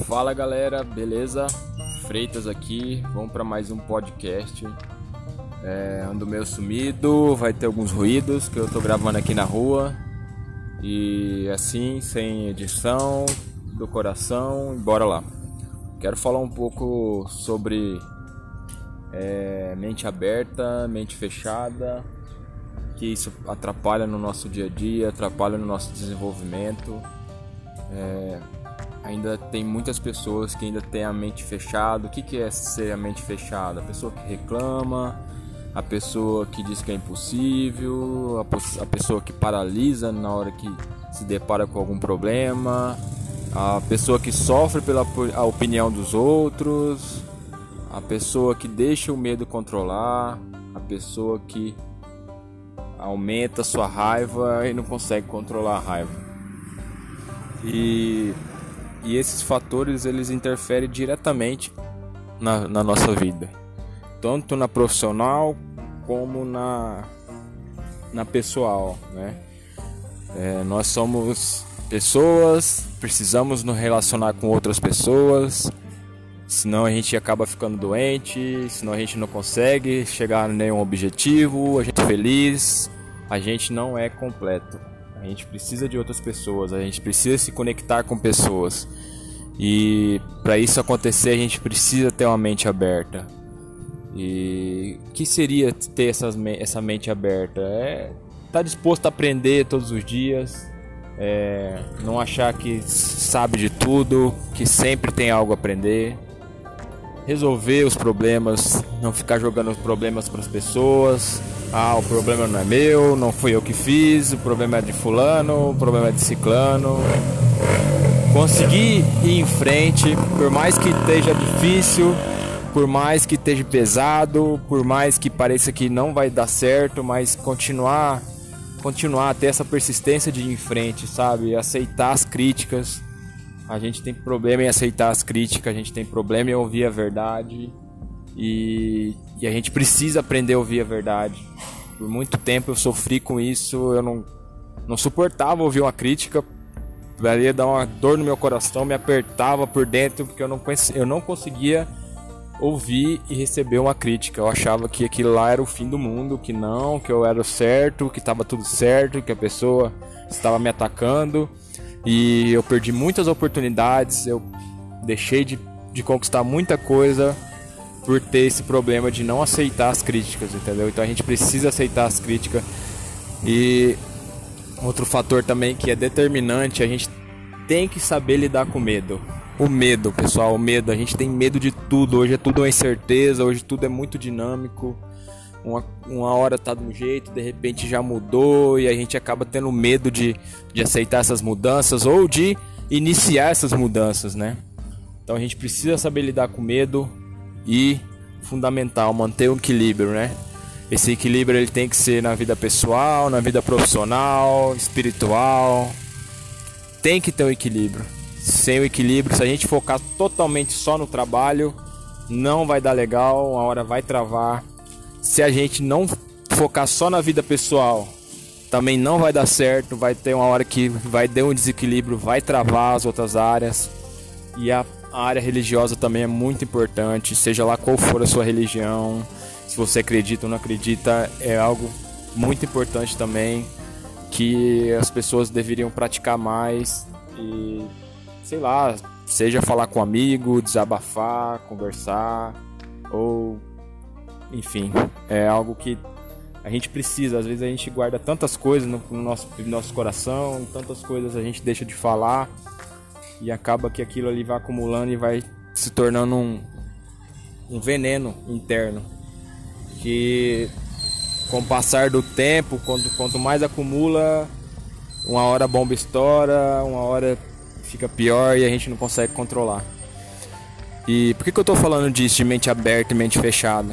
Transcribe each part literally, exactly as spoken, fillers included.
Fala galera, beleza? Freitas aqui, vamos para mais um podcast. É, ando meio sumido, vai ter alguns ruídos que eu tô gravando aqui na rua. E assim, sem edição, do coração, bora lá. Quero falar um pouco sobre é, mente aberta, mente fechada, que isso atrapalha no nosso dia a dia, atrapalha no nosso desenvolvimento. É, ainda tem muitas pessoas que ainda têm a mente fechada. O que, que é ser a mente fechada? A pessoa que reclama, a pessoa que diz que é impossível, a, a pessoa que paralisa na hora que se depara com algum problema, a pessoa que sofre pela a opinião dos outros, a pessoa que deixa o medo controlar, a pessoa que aumenta a sua raiva e não consegue controlar a raiva. E, e esses fatores eles interferem diretamente na, na nossa vida, tanto na profissional como na, na pessoal, né? É, nós somos pessoas, precisamos nos relacionar com outras pessoas, senão a gente acaba ficando doente, senão a gente não consegue chegar a nenhum objetivo, a gente é feliz, a gente não é completo. A gente precisa de outras pessoas, a gente precisa se conectar com pessoas. E para isso acontecer, a gente precisa ter uma mente aberta. E o que seria ter essas, essa mente aberta? É estar disposto a aprender todos os dias, é, não achar que sabe de tudo, que sempre tem algo a aprender, resolver os problemas, não ficar jogando os problemas para as pessoas. Ah, o problema não é meu, não fui eu que fiz, o problema é de fulano, o problema é de ciclano. Conseguir ir em frente, por mais que esteja difícil, por mais que esteja pesado, por mais que pareça que não vai dar certo, mas continuar, continuar a ter essa persistência de ir em frente, sabe? Aceitar as críticas. A gente tem problema em aceitar as críticas, a gente tem problema em ouvir a verdade. E, e a gente precisa aprender a ouvir a verdade. Por muito tempo eu sofri com isso, eu não, não suportava ouvir uma crítica, valia dar uma dor no meu coração, me apertava por dentro, porque eu não, eu não conseguia ouvir e receber uma crítica. Eu achava que aquilo lá era o fim do mundo, que não, que eu era o certo, que estava tudo certo, que a pessoa estava me atacando. E eu perdi muitas oportunidades, eu deixei de, de conquistar muita coisa por ter esse problema de não aceitar as críticas, entendeu? Então a gente precisa aceitar as críticas. E outro fator também que é determinante, a gente tem que saber lidar com o medo. O medo, pessoal, o medo, a gente tem medo de tudo. Hoje é tudo uma incerteza, hoje tudo é muito dinâmico. Uma, uma hora tá de um jeito, de repente já mudou, e a gente acaba tendo medo de, de aceitar essas mudanças ou de iniciar essas mudanças, né? Então a gente precisa saber lidar com medo. E fundamental, manter o equilíbrio, né? Esse equilíbrio ele tem que ser na vida pessoal, na vida profissional, espiritual. Tem que ter um equilíbrio. Sem o equilíbrio, se a gente focar totalmente só no trabalho, não vai dar legal, uma hora vai travar. Se a gente não focar só na vida pessoal, também não vai dar certo, vai ter uma hora que vai ter um desequilíbrio, vai travar as outras áreas. E a A área religiosa também é muito importante, seja lá qual for a sua religião, se você acredita ou não acredita, é algo muito importante também, que as pessoas deveriam praticar mais e, sei lá, seja falar com um amigo, desabafar, conversar, ou, enfim, é algo que a gente precisa. Às vezes a gente guarda tantas coisas no, no, nosso, no nosso coração, tantas coisas a gente deixa de falar, e acaba que aquilo ali vai acumulando e vai se tornando um, um veneno interno. Que com o passar do tempo, quanto, quanto mais acumula, uma hora a bomba estoura, uma hora fica pior e a gente não consegue controlar. E por que, que eu tô falando disso, de mente aberta e mente fechada?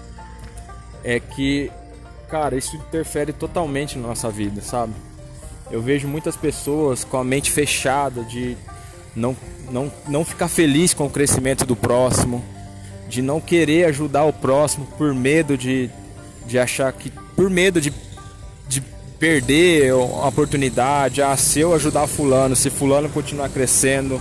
É que, cara, isso interfere totalmente na nossa vida, sabe? Eu vejo muitas pessoas com a mente fechada de Não, não, não ficar feliz com o crescimento do próximo, de não querer ajudar o próximo por medo de, de achar que, por medo de, de perder a oportunidade. Ah, se eu ajudar fulano, se fulano continuar crescendo,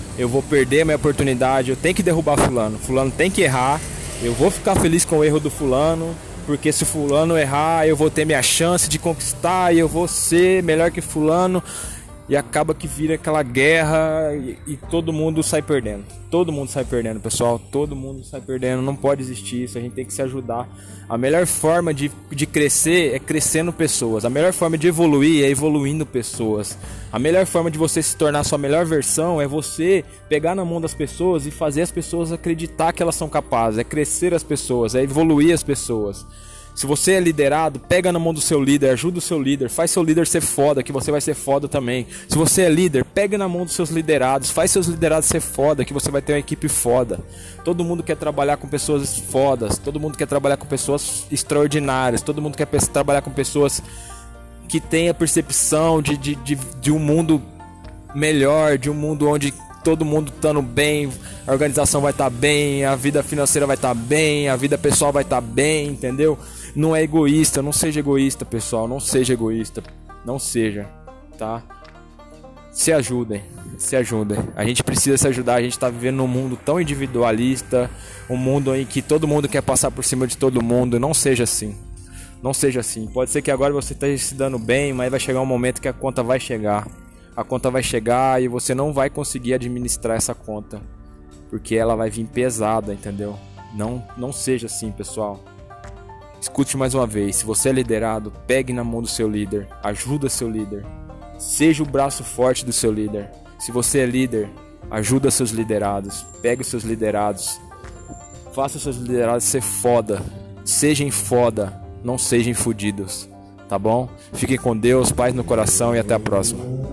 eu vou perder a minha oportunidade, eu tenho que derrubar fulano, fulano tem que errar, eu vou ficar feliz com o erro do fulano, porque se fulano errar, eu vou ter minha chance de conquistar e eu vou ser melhor que fulano. E acaba que vira aquela guerra e, e todo mundo sai perdendo. Todo mundo sai perdendo, pessoal. Todo mundo sai perdendo. Não pode existir isso. A gente tem que se ajudar. A melhor forma de, de crescer é crescendo pessoas. A melhor forma de evoluir é evoluindo pessoas. A melhor forma de você se tornar a sua melhor versão é você pegar na mão das pessoas e fazer as pessoas acreditar que elas são capazes. É crescer as pessoas, é evoluir as pessoas. Se você é liderado, pega na mão do seu líder, ajuda o seu líder, faz seu líder ser foda, que você vai ser foda também. Se você é líder, pega na mão dos seus liderados, faz seus liderados ser foda, que você vai ter uma equipe foda. Todo mundo quer trabalhar com pessoas fodas, todo mundo quer trabalhar com pessoas extraordinárias, todo mundo quer trabalhar com pessoas que têm a percepção de, de, de, de um mundo melhor, de um mundo onde todo mundo estando bem, a organização vai estar bem, a vida financeira vai estar bem, a vida pessoal vai estar bem, entendeu? Não é egoísta, não seja egoísta, pessoal, não seja egoísta, não seja, tá? Se ajudem, se ajudem. A gente precisa se ajudar, a gente está vivendo num mundo tão individualista, um mundo em que todo mundo quer passar por cima de todo mundo. Não seja assim, não seja assim. Pode ser que agora você esteja se dando bem, mas vai chegar um momento que a conta vai chegar. A conta vai chegar e você não vai conseguir administrar essa conta, porque ela vai vir pesada, entendeu? Não, não seja assim, pessoal. Escute mais uma vez, se você é liderado, pegue na mão do seu líder, ajuda seu líder, seja o braço forte do seu líder. Se você é líder, ajuda seus liderados, pegue os seus liderados, faça os seus liderados ser foda, sejam foda, não sejam fudidos, tá bom? Fiquem com Deus, paz no coração e até a próxima.